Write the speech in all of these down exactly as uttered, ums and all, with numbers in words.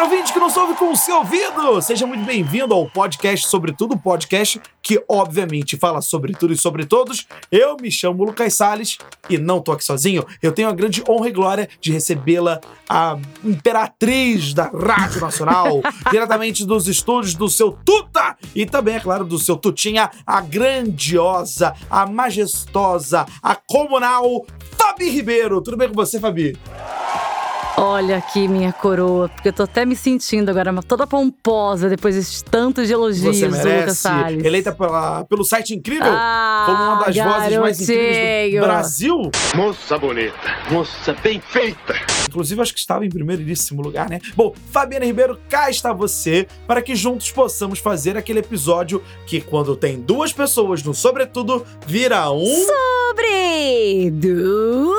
ouvinte que nos ouve com o seu ouvido, seja muito bem-vindo ao podcast Sobre Tudo, podcast que obviamente fala sobre tudo e sobre todos. Eu me chamo Lucas Salles e não tô aqui sozinho. Eu tenho a grande honra e glória de recebê-la, a imperatriz da Rádio Nacional, diretamente dos estúdios do seu Tuta e também, é claro, do seu Tutinha, a grandiosa, a majestosa, a comunal Fabi Ribeiro. Tudo bem com você, Fabi? Olha aqui minha coroa, porque eu tô até me sentindo agora toda pomposa depois de tantos elogios, Você merece, Lucas Salles. Eleita pela, pelo site Incrível ah, como uma das garotinho. vozes mais incríveis do Brasil. Moça bonita, moça bem feita. Inclusive, acho que estava em primeiríssimo lugar, né? Bom, Fabiana Ribeiro, cá está você para que juntos possamos fazer aquele episódio que, quando tem duas pessoas no Sobretudo, vira um... Sobretudo!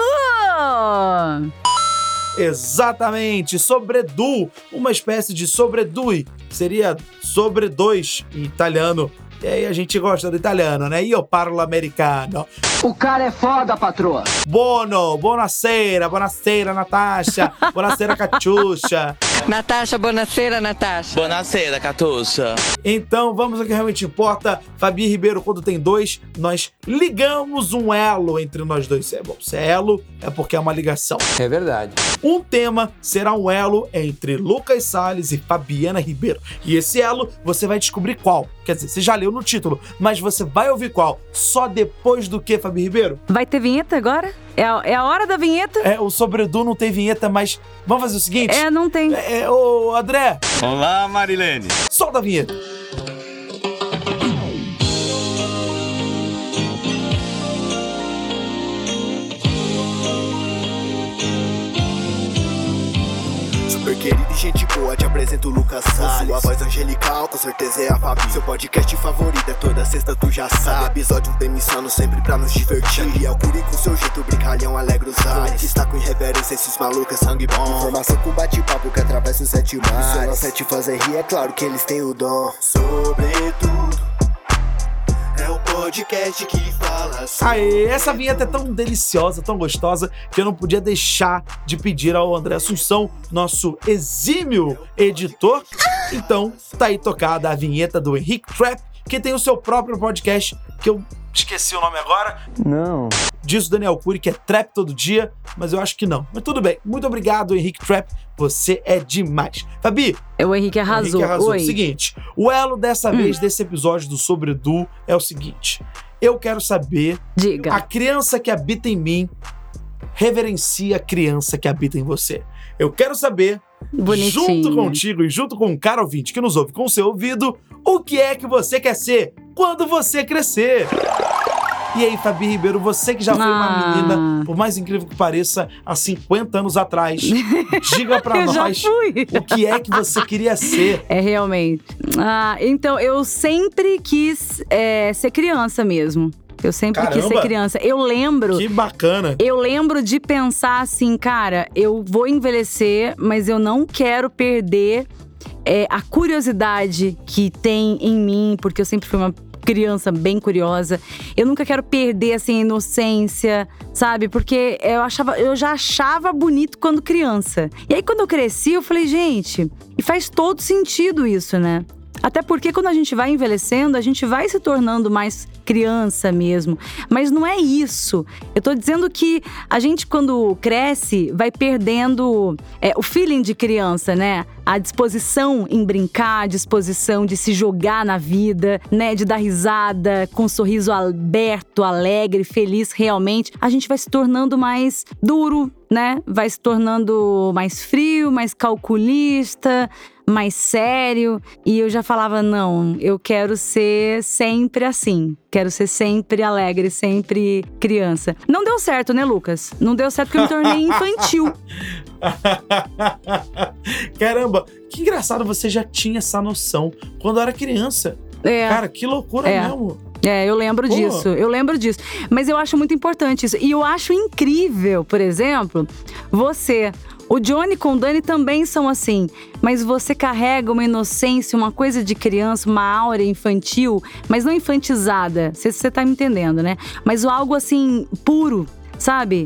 Exatamente, sobredu, uma espécie de sobredui, seria sobre dois em italiano, e aí a gente gosta do italiano, né? Io parlo americano. O cara é foda, patroa. Buono, buonasera, buonasera Natasha, buonasera Catiuscia. Natasha, buonasera, Natasha. Buonasera, Catuxa. Então, vamos ao que realmente importa. Fabi Ribeiro, quando tem dois, nós ligamos um elo entre nós dois. É bom, se é elo, é porque é uma ligação. É verdade. Um tema será um elo entre Lucas Salles e Fabiana Ribeiro. E esse elo, você vai descobrir qual. Quer dizer, você já leu no título, mas você vai ouvir qual só depois do que, Fabi Ribeiro? Vai ter vinheta agora? É a, é a hora da vinheta? É, o Sobredu não tem vinheta, mas vamos fazer o seguinte? É, não tem. É, é, ô, André. Olá, Marilene. Solta a vinheta. Super querido e gente boa, te apresento o Lucas Salles. Sua voz angelical, com certeza é a Fabi. Seu podcast favorito é toda sexta, tu já sabe. Episódio demissando sempre pra nos divertir. E é o Curi com seu jeito, brincalhão, alegra os ares. Está com irreverência, esses malucos é sangue bom. Informação com bate-papo que atravessa os sete mares. Se ela sete fazer rir, é claro que eles têm o dom. Sobretudo, é o podcast que fala sobre... Aê, essa vinheta é tão deliciosa, tão gostosa, que eu não podia deixar de pedir ao André Assunção, nosso exímio editor. Então, tá aí tocada a vinheta do Henrique Trap, que tem o seu próprio podcast, que eu esqueci o nome agora. Não. Diz o Daniel Cury, que é Trap todo dia, mas eu acho que não. Mas tudo bem. Muito obrigado, Henrique Trap. Você é demais. Fabi. É, o Henrique arrasou. O Henrique arrasou. Oi. Seguinte, o elo dessa hum. vez, desse episódio do Sobredu, é o seguinte. Eu quero saber... Diga. A criança que habita em mim reverencia a criança que habita em você. Eu quero saber, Bonitinho. junto contigo e junto com o cara ouvinte que nos ouve com o seu ouvido, o que é que você quer ser quando você crescer. E aí, Fabi Ribeiro, você que já foi ah. uma menina, por mais incrível que pareça, há cinquenta anos atrás, diga pra eu nós já fui. o que é que você queria ser. É, realmente. Ah, então, eu sempre quis é, ser criança mesmo. Eu sempre Caramba. quis ser criança. Eu lembro... Que bacana. Eu lembro de pensar assim, cara, eu vou envelhecer, mas eu não quero perder é, a curiosidade que tem em mim, porque eu sempre fui uma criança bem curiosa. Eu nunca quero perder, assim, a inocência, sabe? Porque eu, achava, eu já achava bonito quando criança. E aí, quando eu cresci, eu falei, gente, e faz todo sentido isso, né? Até porque quando a gente vai envelhecendo, a gente vai se tornando mais criança mesmo. Mas não é isso. Eu tô dizendo que a gente, quando cresce, vai perdendo é, o feeling de criança, né? A disposição em brincar, a disposição de se jogar na vida, né? De dar risada, com um sorriso aberto, alegre, feliz, realmente. A gente vai se tornando mais duro, né? Vai se tornando mais frio, mais calculista, mais sério. E eu já falava, não, eu quero ser sempre assim. Quero ser sempre alegre, sempre criança. Não deu certo, né, Lucas? Não deu certo porque eu me tornei infantil. Caramba, que engraçado, você já tinha essa noção quando era criança. É. Cara, que loucura É. mesmo. É, eu lembro Pô. disso, eu lembro disso. Mas eu acho muito importante isso. E eu acho incrível, por exemplo, você... O Johnny com o Dani também são assim, mas você carrega uma inocência, uma coisa de criança, uma aura infantil, mas não infantizada, se você tá me entendendo, né? Mas algo assim, puro, sabe?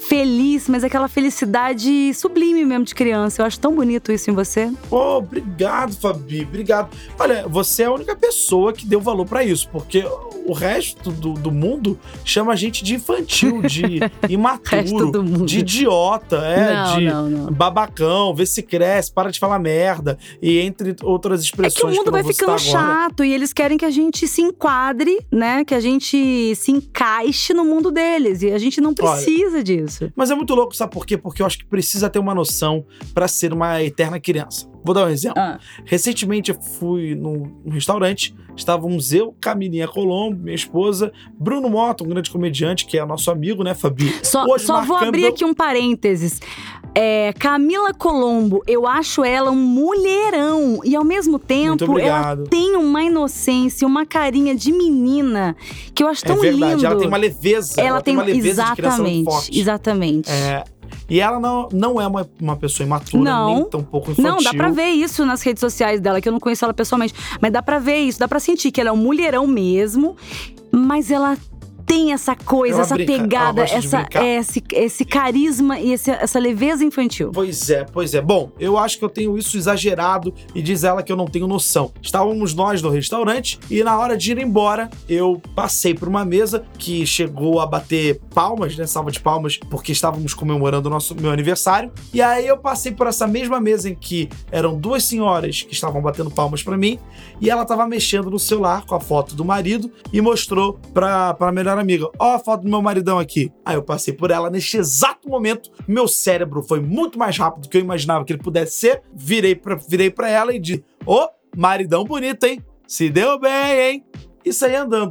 feliz, mas aquela felicidade sublime mesmo de criança. Eu acho tão bonito isso em você. Pô, obrigado, Fabi, obrigado. Olha, você é a única pessoa que deu valor pra isso, porque o resto do, do mundo chama a gente de infantil, de imaturo, de idiota, é, não, de não, não. babacão, vê se cresce, para de falar merda, e entre outras expressões. É que o mundo vai ficando chato e eles querem que a gente se enquadre, né? Que a gente se encaixe no mundo deles. E a gente não precisa Olha, disso. Mas é muito louco, sabe por quê? Porque eu acho que precisa ter uma noção pra ser uma eterna criança. Vou dar um exemplo. Ah. Recentemente eu fui num, num restaurante, estávamos eu, Camilinha Colombo, minha esposa, Bruno Mota, um grande comediante, que é nosso amigo, né, Fabi? Só, Hoje, só vou abrir meu... aqui um parênteses. É, Camila Colombo, eu acho ela um mulherão. E ao mesmo tempo, ela tem uma inocência, uma carinha de menina, que eu acho tão lindo. É verdade, lindo. Ela tem uma leveza. Ela, ela tem, tem uma leveza exatamente, de criação muito forte. Exatamente. É... E ela não, não é uma, uma pessoa imatura, não, nem tão pouco infantil. Não, dá pra ver isso nas redes sociais dela, que eu não conheço ela pessoalmente. Mas dá pra ver isso, dá pra sentir que ela é um mulherão mesmo. Mas ela tem essa coisa, ela essa brinca, pegada, essa, esse, esse carisma e esse, essa leveza infantil. Pois é, pois é. Bom, eu acho que eu tenho isso exagerado e diz ela que eu não tenho noção. Estávamos nós no restaurante e na hora de ir embora, eu passei por uma mesa que chegou a bater palmas, né, salva de palmas, porque estávamos comemorando o nosso, meu aniversário. E aí eu passei por essa mesma mesa em que eram duas senhoras que estavam batendo palmas pra mim e ela estava mexendo no celular com a foto do marido e mostrou pra, pra melhor amiga, ó a foto do meu maridão aqui. Aí eu passei por ela, neste exato momento, meu cérebro foi muito mais rápido do que eu imaginava que ele pudesse ser, virei pra, virei pra ela e disse, ô, oh, maridão bonito, hein? Se deu bem, hein? E saí andando.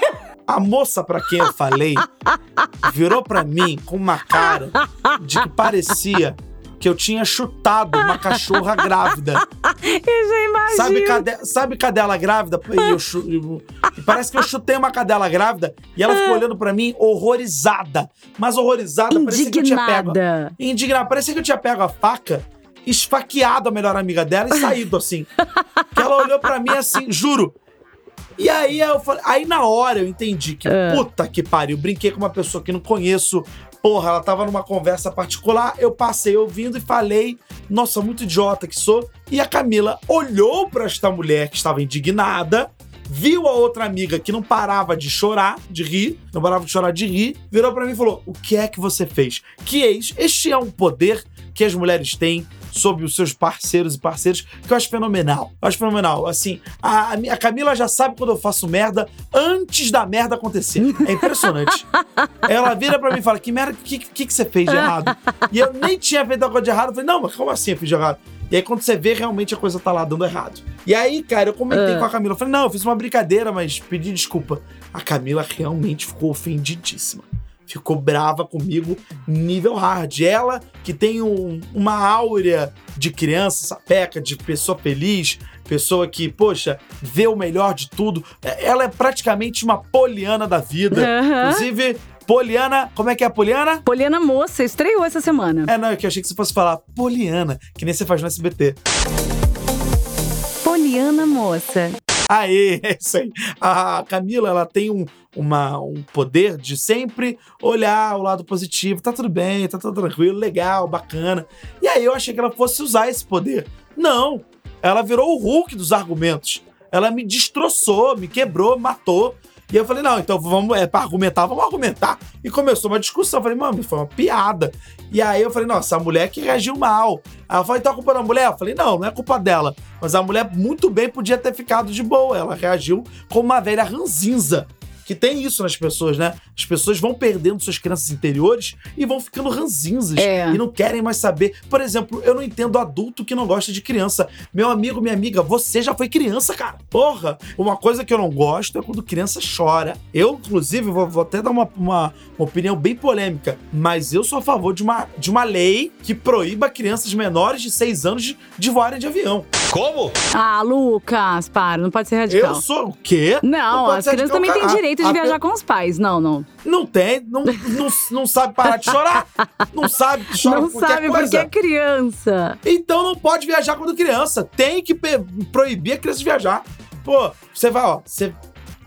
A moça pra quem eu falei virou pra mim com uma cara de que parecia que eu tinha chutado uma cachorra grávida. Eu já imagino. Sabe, cade sabe cadela grávida? E eu chu eu, parece que eu chutei uma cadela grávida e ela ficou olhando pra mim horrorizada. Mas horrorizada, parecia que eu tinha pego. Indignada. Parecia que eu tinha pego a faca, esfaqueado a melhor amiga dela e saído assim. Que ela olhou pra mim assim, juro. E aí eu falei, aí na hora eu entendi que, uh. puta que pariu, brinquei com uma pessoa que não conheço. Porra, ela tava numa conversa particular, eu passei ouvindo e falei, nossa, muito idiota que sou. E a Camila olhou pra esta mulher que estava indignada, viu a outra amiga que não parava de chorar, de rir, não parava de chorar, de rir, virou pra mim e falou, o que é que você fez? Que eis, este é um poder que as mulheres têm sobre os seus parceiros e parceiras, que eu acho fenomenal. Eu acho fenomenal. Assim, a, a Camila já sabe quando eu faço merda antes da merda acontecer. É impressionante. Ela vira pra mim e fala, que merda, o que, que, que você fez de errado? E eu nem tinha feito a coisa de errado. Eu falei, não, mas como assim eu fiz de errado? E aí quando você vê, realmente a coisa tá lá dando errado. E aí, cara, eu comentei uh. com a Camila. Eu falei, não, eu fiz uma brincadeira, mas pedi desculpa. A Camila realmente ficou ofendidíssima. Ficou brava comigo, nível hard. Ela, que tem um, uma áurea de criança, sapeca, de pessoa feliz, pessoa que, poxa, vê o melhor de tudo. Ela é praticamente uma Poliana da vida. Uhum. Inclusive, Poliana, como é que é a Poliana? Poliana Moça, estreou essa semana. É, não, é que eu achei que você fosse falar Poliana, que nem você faz no S B T. Poliana Moça. Aê, é isso aí. A Camila, ela tem um, uma, um poder de sempre olhar o lado positivo. Tá tudo bem, tá tudo tranquilo, legal, bacana. E aí eu achei que ela fosse usar esse poder. Não, ela virou o Hulk dos argumentos. Ela me destroçou, me quebrou, matou. E eu falei, não, então vamos, é pra argumentar, vamos argumentar. E começou uma discussão. Eu falei, mano, foi uma piada. E aí eu falei, nossa, a mulher que reagiu mal. Aí ela falou, então a culpa da mulher? Eu falei, não, não é culpa dela. Mas a mulher muito bem podia ter ficado de boa. Ela reagiu como uma velha ranzinza. Que tem isso nas pessoas, né? As pessoas vão perdendo suas crianças interiores e vão ficando ranzinzas. É. E não querem mais saber. Por exemplo, eu não entendo adulto que não gosta de criança. Meu amigo, minha amiga, você já foi criança, cara. Porra! Uma coisa que eu não gosto é quando criança chora. Eu, inclusive, vou, vou até dar uma, uma, uma opinião bem polêmica, mas eu sou a favor de uma, de uma lei que proíba crianças menores de seis anos de, de voarem de avião. Como? Ah, Lucas, para, não pode ser radical. Eu sou o quê? Não, não as crianças também têm direito de viajar com os pais. Não, não. Não tem, não, não, não sabe parar de chorar. Não sabe que chora não por qualquer sabe coisa. Porque é criança. Então não pode viajar quando criança. Tem que proibir a criança de viajar. Pô, você vai, ó, você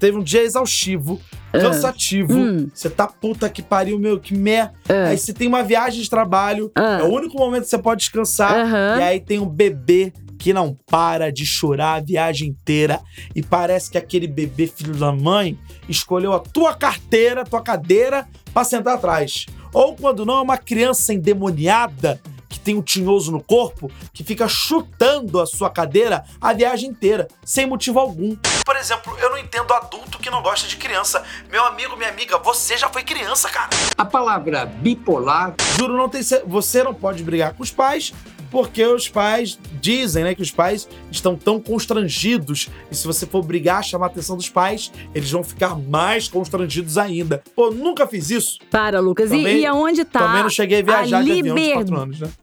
teve um dia exaustivo, cansativo. Hum. Você tá puta que pariu, meu, que merda. Uh. Aí você tem uma viagem de trabalho, Uh. é o único momento que você pode descansar. Uhum. E aí tem um bebê que não para de chorar a viagem inteira. E parece que aquele bebê, filho da mãe, escolheu a tua carteira, tua cadeira, pra sentar atrás. Ou quando não, é uma criança endemoniada que tem um tinhoso no corpo, que fica chutando a sua cadeira a viagem inteira, sem motivo algum. Por exemplo, eu não entendo adulto que não gosta de criança. Meu amigo, minha amiga, você já foi criança, cara. A palavra bipolar... Juro, não tem, você não pode brigar com os pais, porque os pais dizem, né, que os pais estão tão constrangidos, e se você for brigar, chamar a atenção dos pais, eles vão ficar mais constrangidos ainda. Pô, nunca fiz isso. Para, Lucas. Também, e, e aonde tá Também não cheguei a viajar a de avião de liber... quatro anos, né?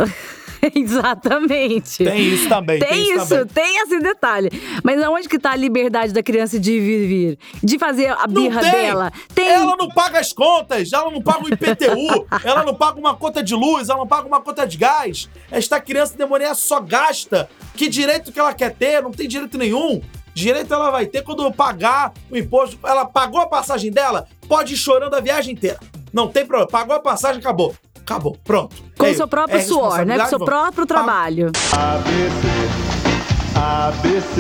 Exatamente. Tem isso também. Tem, tem isso, isso também. tem esse detalhe. Mas aonde que tá a liberdade da criança de vir, de fazer a birra não tem. dela? Tem. Ela não paga as contas, ela não paga o I P T U, ela não paga uma conta de luz, ela não paga uma conta de gás. Esta criança demoniada só gasta. Que direito que ela quer ter? Não tem direito nenhum. Direito ela vai ter quando pagar o imposto. Ela pagou a passagem dela, pode ir chorando a viagem inteira. Não tem problema. Pagou a passagem, acabou. Acabou, pronto. Com é o seu próprio é suor, né? Com o seu vamos. próprio trabalho. A B C, A B C,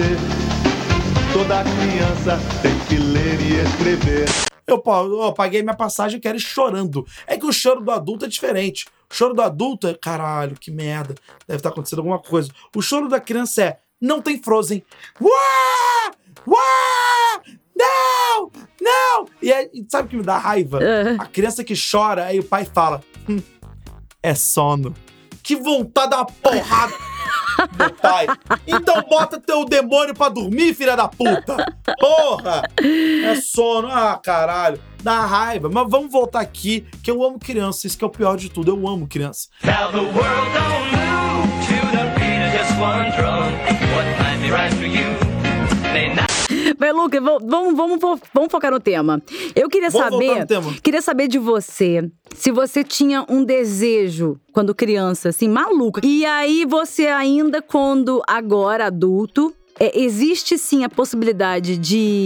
toda criança tem que ler e escrever. Eu, eu paguei minha passagem e quero ir chorando. É que o choro do adulto é diferente. O choro do adulto é, caralho, que merda. Deve estar acontecendo alguma coisa. O choro da criança é, não tem Frozen. Uá! Uá! Não! Não! E aí, sabe o que me dá raiva? Uhum. A criança que chora, aí o pai fala, hum, é sono. Que vontade de dar uma porrada meu pai. Então bota teu demônio pra dormir, filha da puta. Porra! É sono. Ah, caralho. Dá raiva. Mas vamos voltar aqui, que eu amo criança. Isso que é o pior de tudo. Eu amo criança. Now the world don't move to the beat of just one drum. What might be right for you may not. Mas, Lucas, vamos, vamos, vamos focar no tema. Eu queria vamos saber, no tema. queria saber de você, se você tinha um desejo quando criança, assim, maluco. E aí você ainda, quando agora adulto, é, existe sim a possibilidade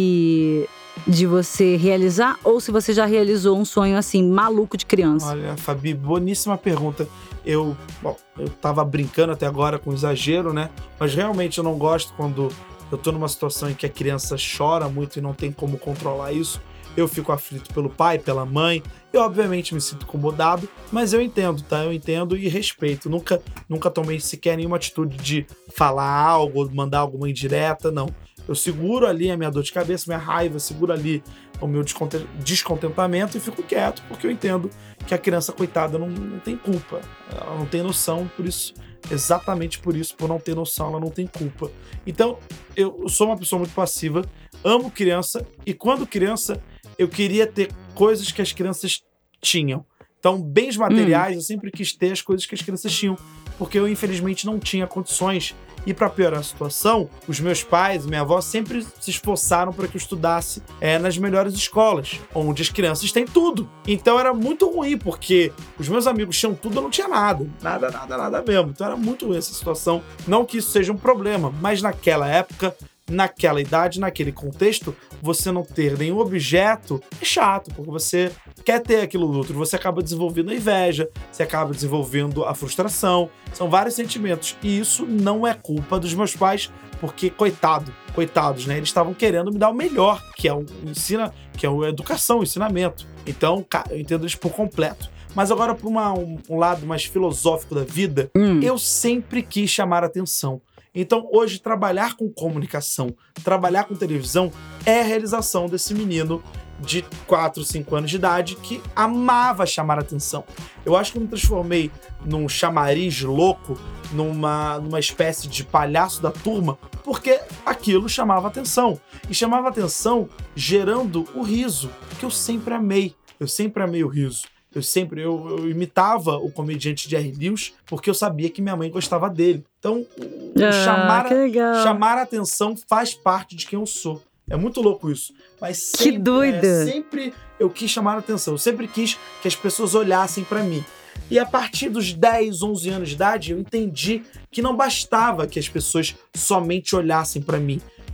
de, de você realizar? Ou se você já realizou um sonho, assim, maluco de criança? Olha, Fabi, boníssima pergunta. Eu, bom, eu tava brincando até agora com exagero, né? Mas realmente eu não gosto quando eu tô numa situação em que a criança chora muito e não tem como controlar isso. Eu fico aflito pelo pai, pela mãe. Eu, obviamente, me sinto incomodado, mas eu entendo, tá? Eu entendo e respeito. Nunca, nunca tomei sequer nenhuma atitude de falar algo, mandar alguma indireta, não. Eu seguro ali a minha dor de cabeça, minha raiva, seguro ali o meu descontentamento e fico quieto, porque eu entendo que a criança, coitada, não, não tem culpa. Ela não tem noção, por isso, exatamente por isso, por não ter noção, ela não tem culpa. Então, eu sou uma pessoa muito passiva, amo criança, e quando criança, eu queria ter coisas que as crianças tinham. Então, bens materiais, hum. eu sempre quis ter as coisas que as crianças tinham, porque eu, infelizmente, não tinha condições. E para piorar a situação, os meus pais e minha avó sempre se esforçaram para que eu estudasse é, nas melhores escolas, onde as crianças têm tudo. Então era muito ruim, porque os meus amigos tinham tudo, eu não tinha nada. Nada, nada, nada mesmo. Então era muito ruim essa situação. Não que isso seja um problema, mas naquela época, naquela idade, naquele contexto, você não ter nenhum objeto é chato, porque você quer ter aquilo outro, você acaba desenvolvendo a inveja, você acaba desenvolvendo a frustração, são vários sentimentos, e isso não é culpa dos meus pais, porque coitado, coitados, né, eles estavam querendo me dar o melhor, que é o ensina, que é a educação, o ensinamento. Então, eu entendo eles por completo. Mas agora, para um, um lado mais filosófico da vida, hum. eu sempre quis chamar a atenção. Então, hoje, trabalhar com comunicação, trabalhar com televisão é a realização desse menino de quatro, cinco anos de idade que amava chamar a atenção. Eu acho que eu me transformei num chamariz louco, numa, numa espécie de palhaço da turma, porque aquilo chamava atenção. E chamava atenção gerando o riso, que eu sempre amei. Eu sempre amei o riso. Eu sempre, eu, eu imitava o comediante Jerry Lewis porque eu sabia que minha mãe gostava dele. Então, o, ah, chamar, a, chamar a atenção faz parte de quem eu sou. É muito louco isso. Mas sempre, que doida! É, sempre eu quis chamar a atenção. Eu sempre quis que as pessoas olhassem pra mim. E a partir dos dez, onze anos de idade, eu entendi que não bastava que as pessoas somente olhassem pra mim.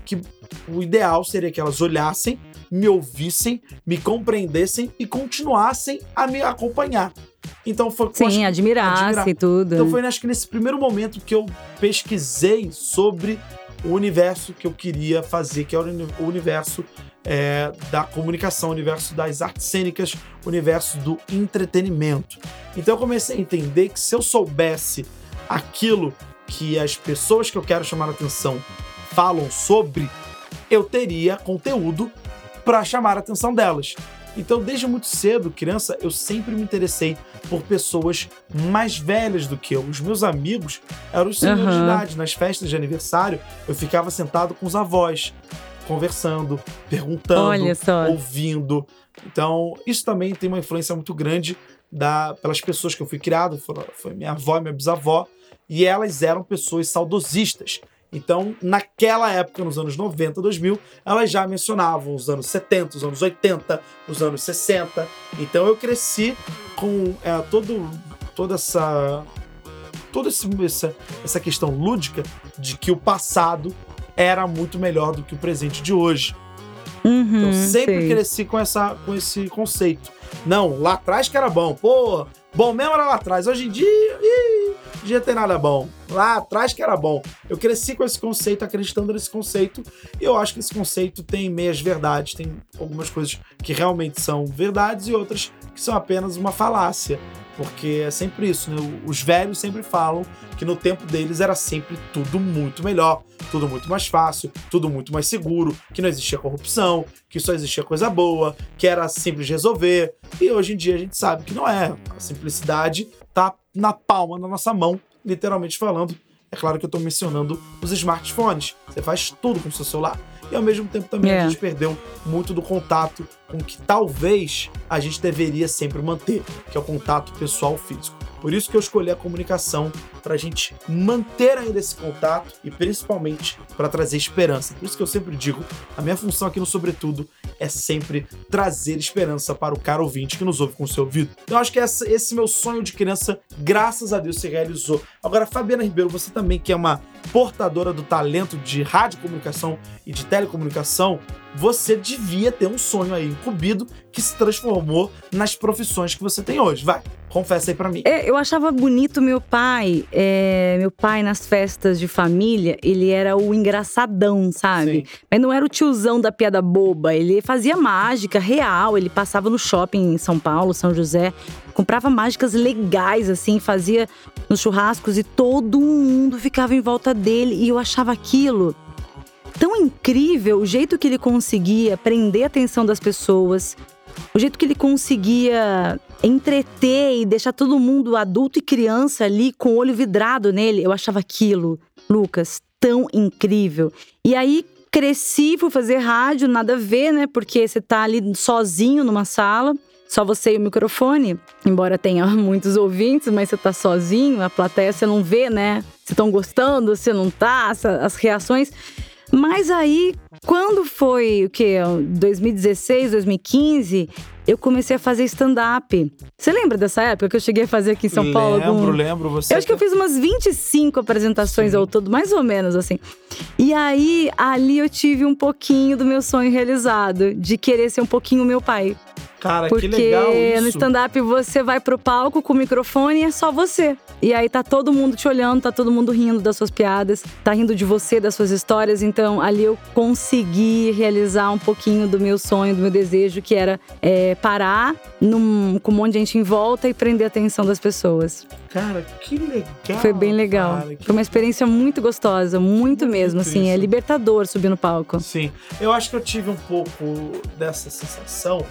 que o ideal seria que elas olhassem, me ouvissem, me compreendessem e continuassem a me acompanhar. Então foi Sim, acho, admirasse admirar. e tudo. Então foi acho que nesse primeiro momento que eu pesquisei sobre o universo que eu queria fazer, que é o universo é, da comunicação, o universo das artes cênicas, o universo do entretenimento. Então eu comecei a entender que se eu soubesse aquilo que as pessoas que eu quero chamar a atenção falam sobre, eu teria conteúdo para chamar a atenção delas. Então, desde muito cedo, criança, eu sempre me interessei por pessoas mais velhas do que eu. Os meus amigos eram os senhores Uhum. de idade. Nas festas de aniversário, eu ficava sentado com os avós, conversando, perguntando, Olha só. ouvindo. Então, isso também tem uma influência muito grande da, pelas pessoas que eu fui criado. Foi, foi minha avó e minha bisavó. E elas eram pessoas saudosistas. Então, naquela época, nos anos noventa, dois mil, elas já mencionavam os anos setenta, os anos oitenta, os anos sessenta. Então, eu cresci com é, todo, toda essa, toda esse, essa, essa questão lúdica de que o passado era muito melhor do que o presente de hoje. Uhum, Então, sempre sei. cresci com, essa, com esse conceito. Não, lá atrás que era bom. Pô, bom mesmo era lá atrás. Hoje em dia, ih, não ia ter nada bom. Lá atrás que era bom. Eu cresci com esse conceito, acreditando nesse conceito. E eu acho que esse conceito tem meias verdades. Tem algumas coisas que realmente são verdades e outras que são apenas uma falácia. Porque é sempre isso, né? Os velhos sempre falam que no tempo deles era sempre tudo muito melhor, tudo muito mais fácil, tudo muito mais seguro, que não existia corrupção, que só existia coisa boa, que era simples de resolver. E hoje em dia a gente sabe que não é. A simplicidade tá na palma da nossa mão, literalmente falando. É claro que eu tô mencionando os smartphones. Você faz tudo com o seu celular. E ao mesmo tempo também É. a gente perdeu muito do contato com o que talvez a gente deveria sempre manter, que é o contato pessoal físico. Por isso que eu escolhi a comunicação, para a gente manter ainda esse contato e principalmente para trazer esperança. Por isso que eu sempre digo, a minha função aqui no Sobretudo é sempre trazer esperança para o cara ouvinte que nos ouve com o seu ouvido. Então eu acho que essa, esse meu sonho de criança, graças a Deus, se realizou. Agora, Fabiana Ribeiro, você também que é uma portadora do talento de radiocomunicação e de telecomunicação, você devia ter um sonho aí incumbido que se transformou nas profissões que você tem hoje. Vai, confessa aí pra mim. É, eu achava bonito meu pai. é, meu pai, nas festas de família, ele era o engraçadão, sabe? Sim. Mas não era o tiozão da piada boba. Ele fazia mágica real. Ele passava no shopping em São Paulo, São José. Comprava mágicas legais, assim. Fazia nos churrascos e todo mundo ficava em volta dele. E eu achava aquilo tão incrível, o jeito que ele conseguia prender a atenção das pessoas, o jeito que ele conseguia entreter e deixar todo mundo, adulto e criança, ali com o olho vidrado nele. Eu achava aquilo, Lucas, tão incrível. E aí cresci, fui fazer rádio, nada a ver, né? Porque você tá ali sozinho numa sala, só você e o microfone. Embora tenha muitos ouvintes, mas você tá sozinho, a plateia você não vê, né? Se estão gostando, se não tá, as reações. Mas aí, quando foi, o quê? dois mil e dezesseis, dois mil e quinze, eu comecei a fazer stand-up. Você lembra dessa época que eu cheguei a fazer aqui em São Paulo? Lembro, algum... lembro. Você Eu acho que eu fiz umas vinte e cinco apresentações Sim. ao todo, mais ou menos, assim. E aí, ali eu tive um pouquinho do meu sonho realizado, de querer ser um pouquinho meu pai. Cara, Porque que legal isso. no stand-up você vai pro palco com o microfone e é só você. E aí tá todo mundo te olhando, tá todo mundo rindo das suas piadas, tá rindo de você, das suas histórias. Então ali eu consegui realizar um pouquinho do meu sonho, do meu desejo, que era é, parar num, com um monte de gente em volta e prender a atenção das pessoas. Cara, que legal. Foi bem legal. Cara, que... Foi uma experiência muito gostosa, muito, Muito mesmo, assim. É isso. libertador subir no palco. Sim, eu acho que eu tive um pouco dessa sensação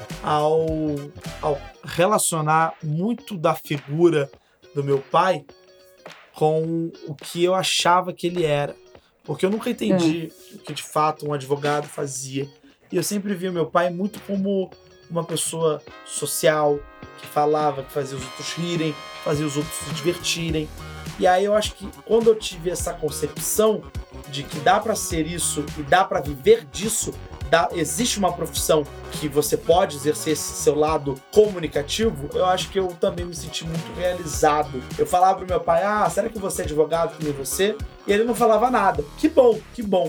ao, ao relacionar muito da figura do meu pai com o que eu achava que ele era. Porque eu nunca entendi o que de fato um advogado fazia. E eu sempre via meu pai muito como uma pessoa social, que falava, que fazia os outros rirem, fazia os outros se divertirem. E aí eu acho que quando eu tive essa concepção de que dá pra ser isso e dá pra viver disso, dá, existe uma profissão que você pode exercer esse seu lado comunicativo, eu acho que eu também me senti muito realizado. Eu falava pro meu pai, ah, será que você é advogado que nem você? E ele não falava nada. Que bom, que bom.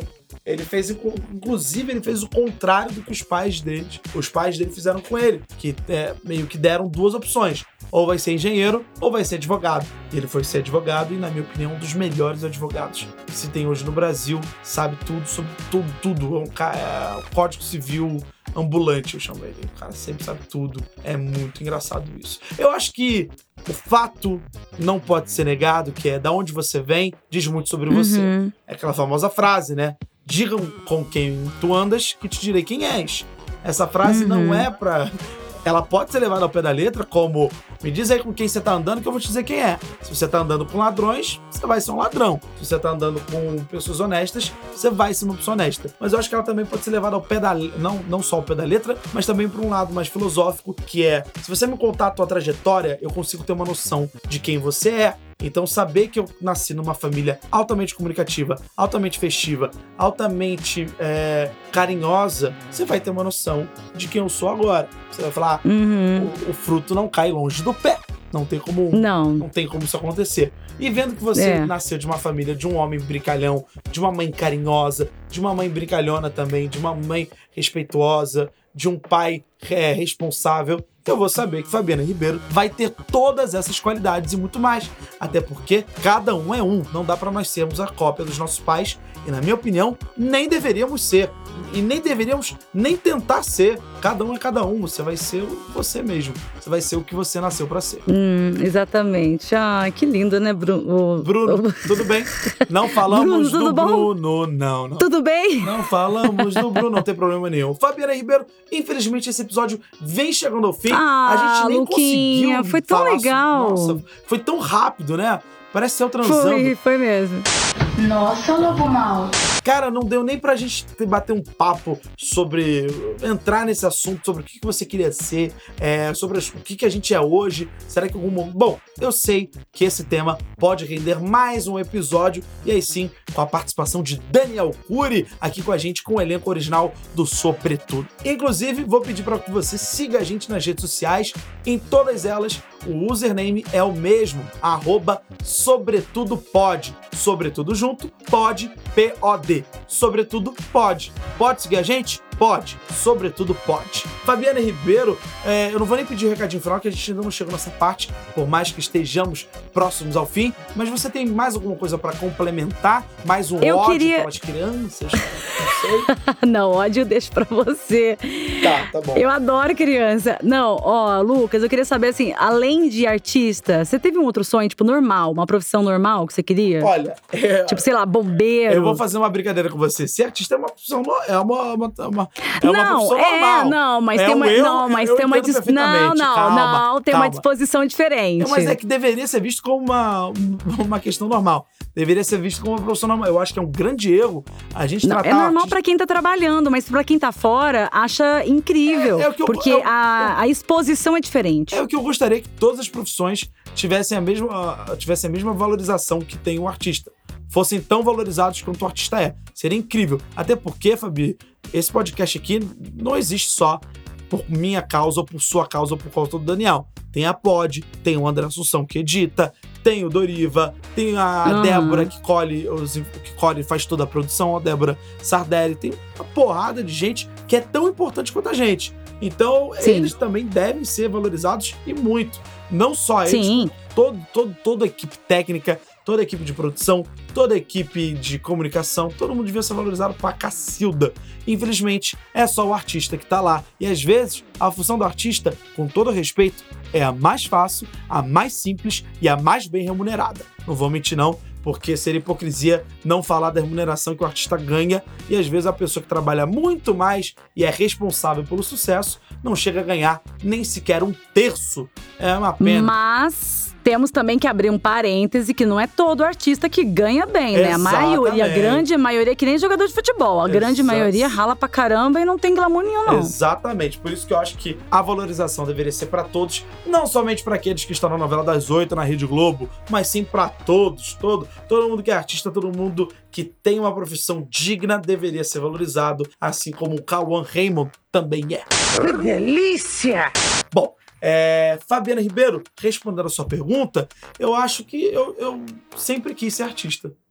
Ele fez, inclusive, ele fez o contrário do que os pais dele, os pais dele fizeram com ele, que é, meio que deram duas opções. Ou vai ser engenheiro, ou vai ser advogado. E ele foi ser advogado e, na minha opinião, um dos melhores advogados que se tem hoje no Brasil. Sabe tudo sobre tudo, tudo. É um cara, é um código civil ambulante, eu chamo ele. O cara sempre sabe tudo. É muito engraçado isso. Eu acho que o fato não pode ser negado, que é da onde você vem, diz muito sobre você. Uhum. É aquela famosa frase, né? Digam com quem tu andas, que te direi quem és. Essa frase Uhum. não é pra... Ela pode ser levada ao pé da letra como, me diz aí com quem você tá andando que eu vou te dizer quem é. Se você tá andando com ladrões, você vai ser um ladrão. Se você tá andando com pessoas honestas, você vai ser uma pessoa honesta. Mas eu acho que ela também pode ser levada ao pé da letra, não, não só ao pé da letra, mas também para um lado mais filosófico, que é, se você me contar a tua trajetória, eu consigo ter uma noção de quem você é. Então, saber que eu nasci numa família altamente comunicativa, altamente festiva, altamente é, carinhosa, você vai ter uma noção de quem eu sou agora. Você vai falar, Uhum. o, o fruto não cai longe do pé. Não tem como, Não. não tem como isso acontecer. E vendo que você É. nasceu de uma família de um homem brincalhão, de uma mãe carinhosa, de uma mãe brincalhona também, de uma mãe respeituosa, de um pai é, responsável, eu vou saber que Fabiana Ribeiro vai ter todas essas qualidades e muito mais. Até porque cada um é um. Não dá pra nós sermos a cópia dos nossos pais. E, na minha opinião, nem deveríamos ser. E nem deveríamos nem tentar ser. Cada um é cada um. Você vai ser você mesmo. Você vai ser o que você nasceu pra ser. Hum, exatamente. Ah, que lindo, né, Bruno? Bruno, tudo bem? Não falamos Bruno, tudo do bom? Bruno, não, não. Tudo bem? Não falamos do Bruno, não tem problema nenhum. Fabiana Ribeiro, infelizmente esse episódio vem chegando ao fim. Ah, a gente nem Luquinha, conseguiu foi tão falar legal. Sobre... Nossa, foi tão rápido, né? Parece eu transando. Foi, foi mesmo. Nossa, lobo mal. Cara, não deu nem pra gente bater um papo sobre... Entrar nesse assunto, sobre o que você queria ser, é, sobre o que a gente é hoje. Será que algum momento... Bom, eu sei que esse tema pode render mais um episódio. E aí sim, com a participação de Daniel Cury aqui com a gente, com o elenco original do Sobretudo. Inclusive, vou pedir para que você siga a gente nas redes sociais. Em todas elas, o username é o mesmo, arroba sobretudopod. Sobretudo junto, pode, P O D. Sobretudo pode. Pode seguir a gente? Pode. Sobretudo pode. Fabiana Ribeiro, é, eu não vou nem pedir o recadinho final, que a gente ainda não chegou nessa parte, por mais que estejamos próximos ao fim, mas você tem mais alguma coisa pra complementar? Mais um Eu ódio queria- pelas crianças? Não sei. Não, ódio eu deixo pra você. Tá, tá bom. Eu adoro criança. Não, ó, Lucas, eu queria saber assim, além de artista, você teve um outro sonho, tipo, normal, uma profissão normal que você queria? Olha, é, Tipo, sei lá, bombeiro. eu vou fazer uma brincadeira com você. Ser artista é uma profissão, no- é uma, uma, uma, é uma não, profissão é, normal. não, mas É tem um uma, eu- não, mas eu tem uma entendo dis- não, perfeitamente. não, Calma, não, tem uma calma. disposição diferente. É, mas é que deveria ser visto como uma, uma questão normal. Deveria ser visto como uma profissão normal. Eu acho que é um grande erro a gente Não, tratar é normal artista- pra quem tá trabalhando, mas pra quem tá fora, acha incrível. É, é o que eu- porque eu- a, a exposição é diferente. É o que eu gostaria que todas as profissões tivessem a mesma, tivessem a mesma valorização que tem o artista. Fossem tão valorizados quanto o artista é. Seria incrível. Até porque, Fabi, esse podcast aqui não existe só por minha causa, ou por sua causa, ou por causa do Daniel. Tem a Pod, tem o André Assunção que edita, tem o Doriva, tem a Uhum. Débora que colhe, os, que colhe, faz toda a produção, a Débora Sardelli. Tem uma porrada de gente que é tão importante quanto a gente. Então, Sim. eles também devem ser valorizados e muito. Não só eles, Sim. todo, todo, toda a equipe técnica, toda a equipe de produção, toda a equipe de comunicação, todo mundo devia ser valorizado pra cacilda. Infelizmente, é só o artista que tá lá. E às vezes, a função do artista, com todo respeito, é a mais fácil, a mais simples e a mais bem remunerada. Não vou mentir não, porque seria hipocrisia não falar da remuneração que o artista ganha, e às vezes a pessoa que trabalha muito mais e é responsável pelo sucesso não chega a ganhar nem sequer um terço. É uma pena. Mas temos também que abrir um parêntese que não é todo artista que ganha bem, né? A maioria, a Exatamente. grande maioria, que nem jogador de futebol. A grande Exato. maioria rala pra caramba e não tem glamour nenhum, não. Exatamente, por isso que eu acho que a valorização deveria ser pra todos, não somente pra aqueles que estão na novela das oito na Rede Globo, mas sim pra todos, todo, todo mundo que é artista, todo mundo que tem uma profissão digna deveria ser valorizado, assim como o Cauã Raymond também é. Que delícia! Bom, é, Fabiana Ribeiro, respondendo a sua pergunta, eu acho que eu, eu sempre quis ser artista.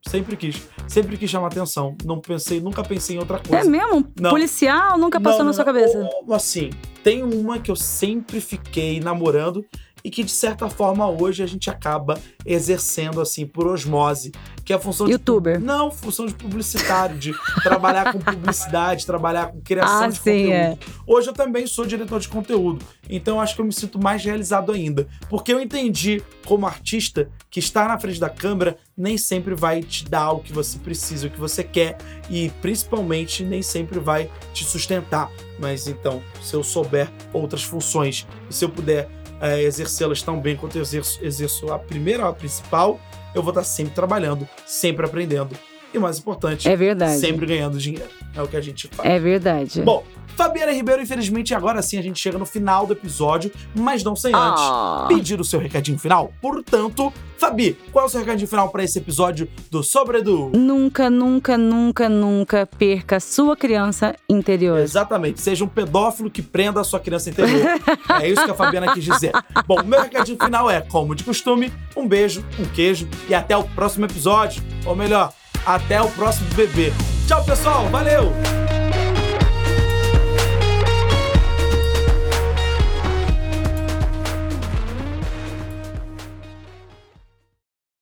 Sempre quis. Sempre quis chamar atenção. Não pensei, nunca pensei em outra coisa. É mesmo? Não. Policial nunca passou não, na não, sua cabeça? Ou, assim, tem uma que eu sempre fiquei namorando e que, de certa forma, hoje a gente acaba exercendo, assim, por osmose. Que é a função YouTuber. de... Não, função de publicitário, de trabalhar com publicidade, trabalhar com criação ah, de sim, conteúdo. É. Hoje eu também sou diretor de conteúdo, então eu acho que eu me sinto mais realizado ainda. Porque eu entendi, como artista, que estar na frente da câmera nem sempre vai te dar o que você precisa, o que você quer, e principalmente nem sempre vai te sustentar. Mas então, se eu souber outras funções, e se eu puder é, exercê-las tão bem quanto eu exerço, exerço a primeira, a principal, eu vou estar sempre trabalhando, sempre aprendendo. E mais importante, é verdade. sempre ganhando dinheiro. É o que a gente faz. É verdade. Bom, Fabiana Ribeiro, infelizmente, agora sim a gente chega no final do episódio, mas não sem antes Ah. pedir o seu recadinho final. Portanto, Fabi, qual é o seu recadinho final para esse episódio do Sobre Edu? Nunca, nunca, nunca, nunca perca sua criança interior. Exatamente. Seja um pedófilo que prenda a sua criança interior. É isso que a Fabiana quis dizer. Bom, meu recadinho final é, como de costume, um beijo, um queijo e até o próximo episódio. Ou melhor, até o próximo bebê. Tchau, pessoal. Valeu!